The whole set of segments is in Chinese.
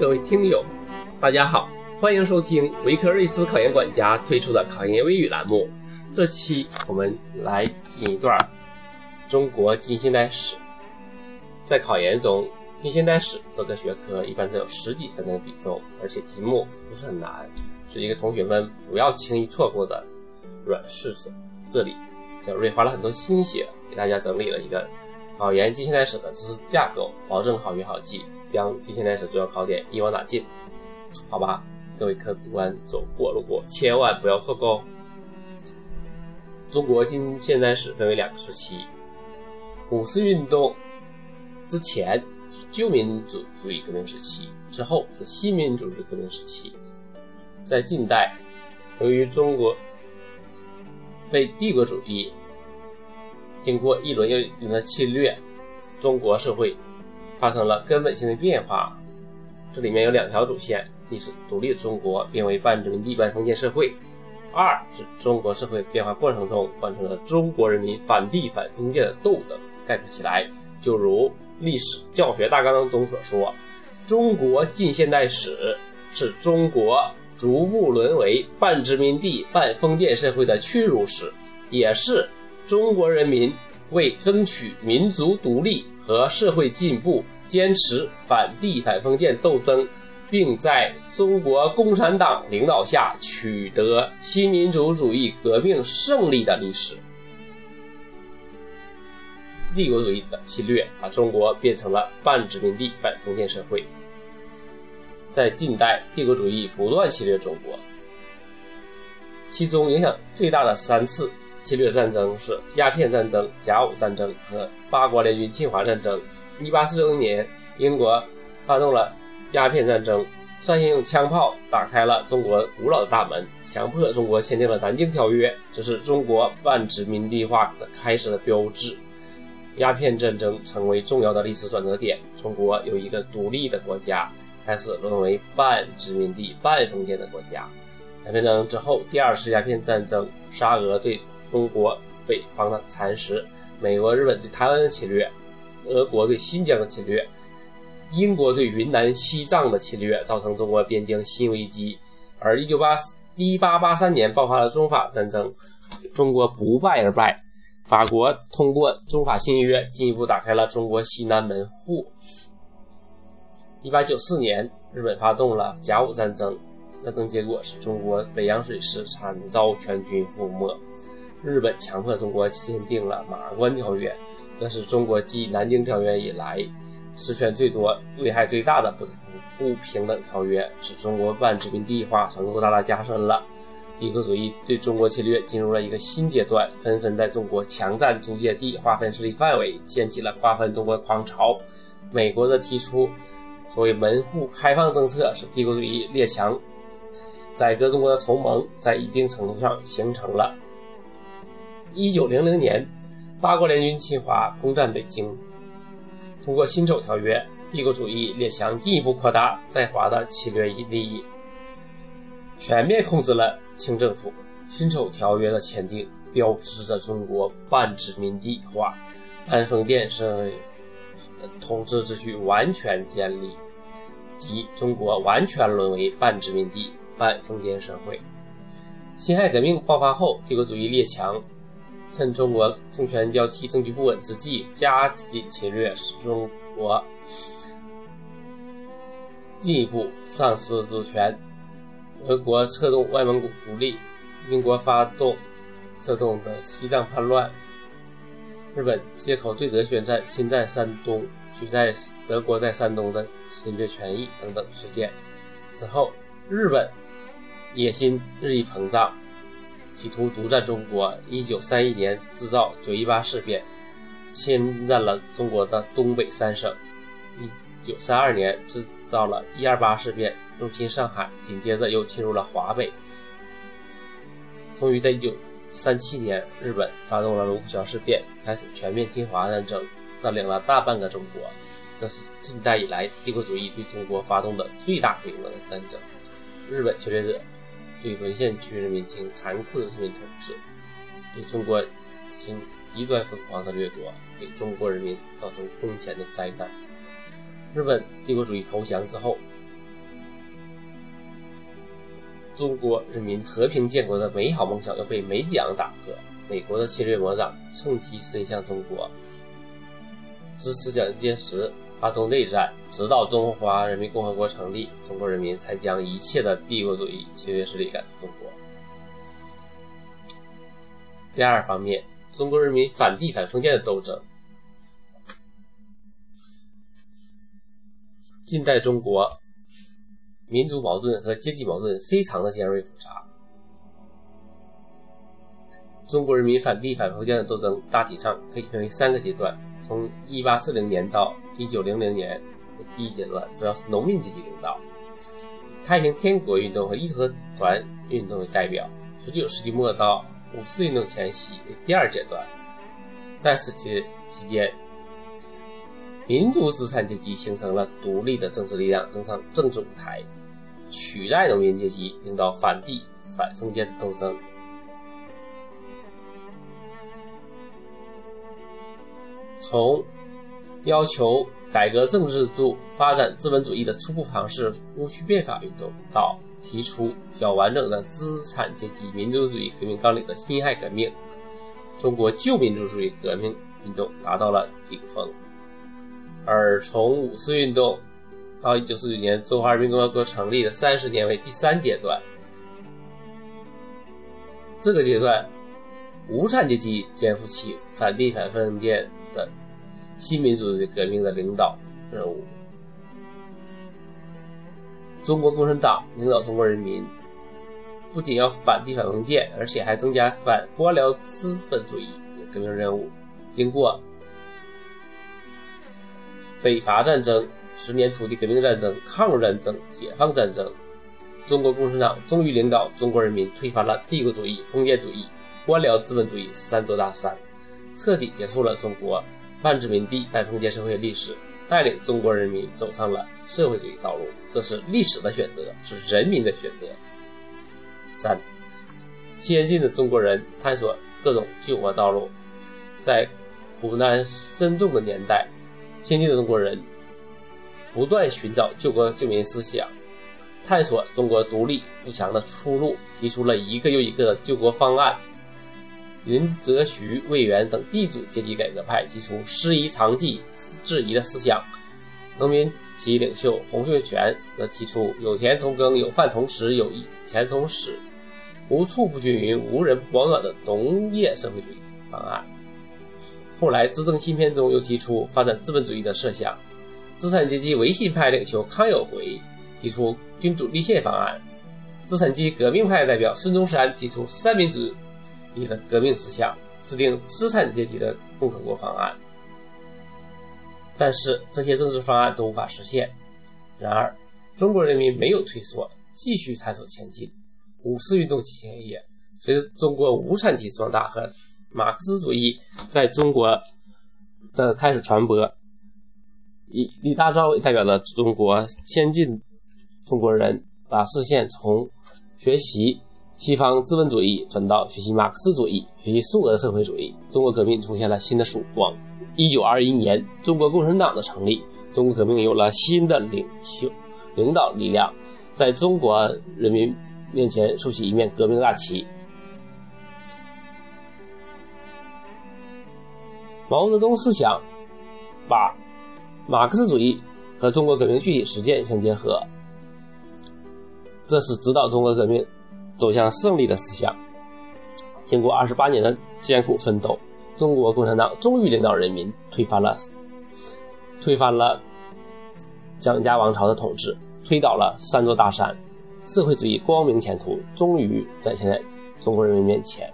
各位听友，大家好，欢迎收听维克瑞斯考研管家推出的考研微语栏目。这期我们来进一段中国近现代史。在考研中，近现代史这个学科一般都有10几分的比重，而且题目不是很难，是一个同学们不要轻易错过的软柿子。这里小瑞花了很多心血，给大家整理了一个考研近现代史的知识架构，保证好学好记，将近现代史主要考点一网打尽。好吧，各位客官走过路过千万不要错过哦。中国近现代史分为2个时期，五四运动之前是旧民主主义革命时期，之后是新民主主义革命时期。在近代，由于中国被帝国主义经过一轮又一轮的侵略，中国社会发生了根本性的变化。这里面有2条主线，一是独立的中国变为半殖民地半封建社会，二是中国社会变化过程中贯穿了中国人民反帝反封建的斗争。概括起来，就如历史教学大纲中所说，中国近现代史是中国逐步沦为半殖民地半封建社会的屈辱史，也是中国人民为争取民族独立和社会进步坚持反帝反封建斗争，并在中国共产党领导下取得新民主主义革命胜利的历史。帝国主义的侵略把中国变成了半殖民地半封建社会。在近代，帝国主义不断侵略中国，其中影响最大的3次侵略战争是鸦片战争、甲午战争和八国联军侵华战争。1840年，英国发动了鸦片战争，率先用枪炮打开了中国古老的大门，强迫中国签订了南京条约，这是中国半殖民地化的开始的标志。鸦片战争成为重要的历史转折点，中国有一个独立的国家，开始沦为半殖民地半封建的国家。鸦片战争之后，第2次鸦片战争，沙俄对中国北方的蚕食，美国、日本对台湾的侵略，俄国对新疆的侵略，英国对云南、西藏的侵略，造成中国边境新危机。而1883年爆发了中法战争，中国不败而败，法国通过中法新约进一步打开了中国西南门户。1894年，日本发动了甲午战争，战争结果是中国北洋水师惨遭全军覆没。日本强迫中国签订了马关条约，这是中国继南京条约以来失权最多、危害最大的不平等条约，使中国半殖民地化程度大大加深了。帝国主义对中国侵略进入了一个新阶段，纷纷在中国强占租界地，划分势力范围，掀起了瓜分中国狂潮。美国的提出所谓门户开放政策，使帝国主义列强宰割中国的同盟在一定程度上形成了。1900年，八国联军侵华，攻占北京。通过辛丑条约，帝国主义列强进一步扩大在华的侵略利益，全面控制了清政府。辛丑条约的签订标志着中国半殖民地化、半封建社会的统治秩序完全建立，即中国完全沦为半殖民地半封建社会。辛亥革命爆发后，帝国主义列强趁中国政权交替、政局不稳之际，加紧侵略，使中国进一步丧失主权。俄国策动外蒙古独立，英国策动的西藏叛乱，日本借口对德宣战侵占山东，取代德国在山东的侵略权益等等事件。此后，日本野心日益膨胀，企图独占中国。1931年制造918事变，侵占了中国的东北3省。1932年制造了128事变，入侵上海，紧接着又侵入了华北。终于在1937年，日本发动了卢沟桥事变，开始全面侵华战争，占领了大半个中国。这是近代以来帝国主义对中国发动的最大规模的战争。日本侵略者对沦陷区人民进行残酷的殖民统治，对中国进行极端疯狂的掠夺，给中国人民造成空前的灾难。日本帝国主义投降之后， 中国人民和平建国的美好梦想要被美蒋打破，美国的侵略魔掌趁机伸向中国，支持蒋介石发动内战，直到中华人民共和国成立，中国人民才将一切的帝国主义侵略势力赶出中国。第二方面，中国人民反帝反封建的斗争。近代中国民族矛盾和阶级矛盾非常的尖锐复杂。中国人民反帝反封建的斗争大体上可以分为3个阶段，从1840年到1900年为第一阶段，主要是农民阶级领导，太平天国运动和义和团运动为代表。19世纪末到五四运动前夕为第二阶段，在此期间，民族资产阶级形成了独立的政治力量，登上政治舞台，取代农民阶级领导反帝反封建的斗争。从要求改革政治制度、发展资本主义的初步方式戊戌变法运动，到提出较完整的资产阶级民族主义革命纲领的辛亥革命，中国旧民主主义革命运动达到了顶峰。而从五四运动到1949年中华人民共和国成立的30年为第3阶段。这个阶段，无产阶级肩负起反帝反封建的新民主主义革命的领导任务。中国共产党领导中国人民，不仅要反帝反封建，而且还增加反官僚资本主义的革命任务。经过北伐战争、10年土地革命战争、抗日战争、解放战争，中国共产党终于领导中国人民推翻了帝国主义、封建主义、官僚资本主义3座大山，彻底结束了中国半殖民地半封建社会历史，带领中国人民走上了社会主义道路。这是历史的选择，是人民的选择。3. 先进的中国人探索各种救国道路。在苦难深重的年代，先进的中国人不断寻找救国救民思想，探索中国独立富强的出路，提出了一个又一个的救国方案。林则徐、魏源等地主阶级改革派提出师夷长技制夷的思想，农民起义领袖洪秀全则提出有田同耕、有饭同食、有钱同使、无处不均匀、无人不保暖的农业社会主义方案。后来资政新篇中又提出发展资本主义的设想。资产阶级维新派领袖康有为提出君主立宪方案，资产阶级革命派代表孙中山提出三民主义的革命思想，制定资产阶级的共和国方案。但是这些政治方案都无法实现。然而中国人民没有退缩，继续探索前进。五四运动前夜，随着中国无产阶级壮大和马克思主义在中国的开始传播，以李大钊为代表的中国先进中国人把视线从学习西方资本主义转到学习马克思主义，学习苏俄的社会主义，中国革命出现了新的曙光。1921年中国共产党的成立，中国革命有了新的领导力量，在中国人民面前竖起一面革命大旗。毛泽东思想把马克思主义和中国革命具体实践相结合，这是指导中国革命走向胜利的思想。经过28年的艰苦奋斗，中国共产党终于领导人民推翻了蒋家王朝的统治，推倒了三座大山，社会主义光明前途终于展现在中国人民面前。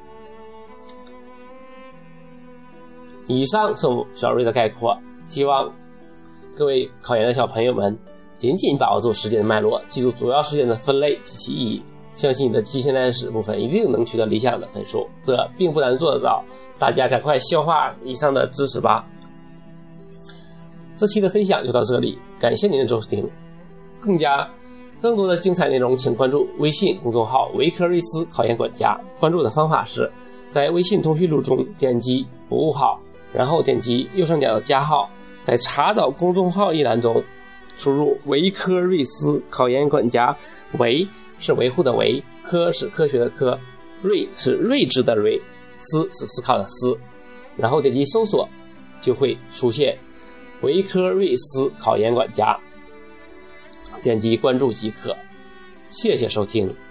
以上是小瑞的概括，希望各位考研的小朋友们紧紧把握住时间的脉络，记住主要事件的分类及其意义，相信你的近现代史部分一定能取得理想的分数，这并不难做得到，大家赶快消化以上的知识吧。这期的分享就到这里，感谢您的收听。更多的精彩内容请关注微信公众号维克瑞斯考研管家。关注的方法是在微信通讯录中点击服务号，然后点击右上角的加号，在查找公众号一栏中输入维科瑞斯考研管家，维是维护的维，科是科学的科，睿是睿智的睿，思是思考的思。然后点击搜索，就会出现维科瑞思考研管家，点击关注即可。谢谢收听。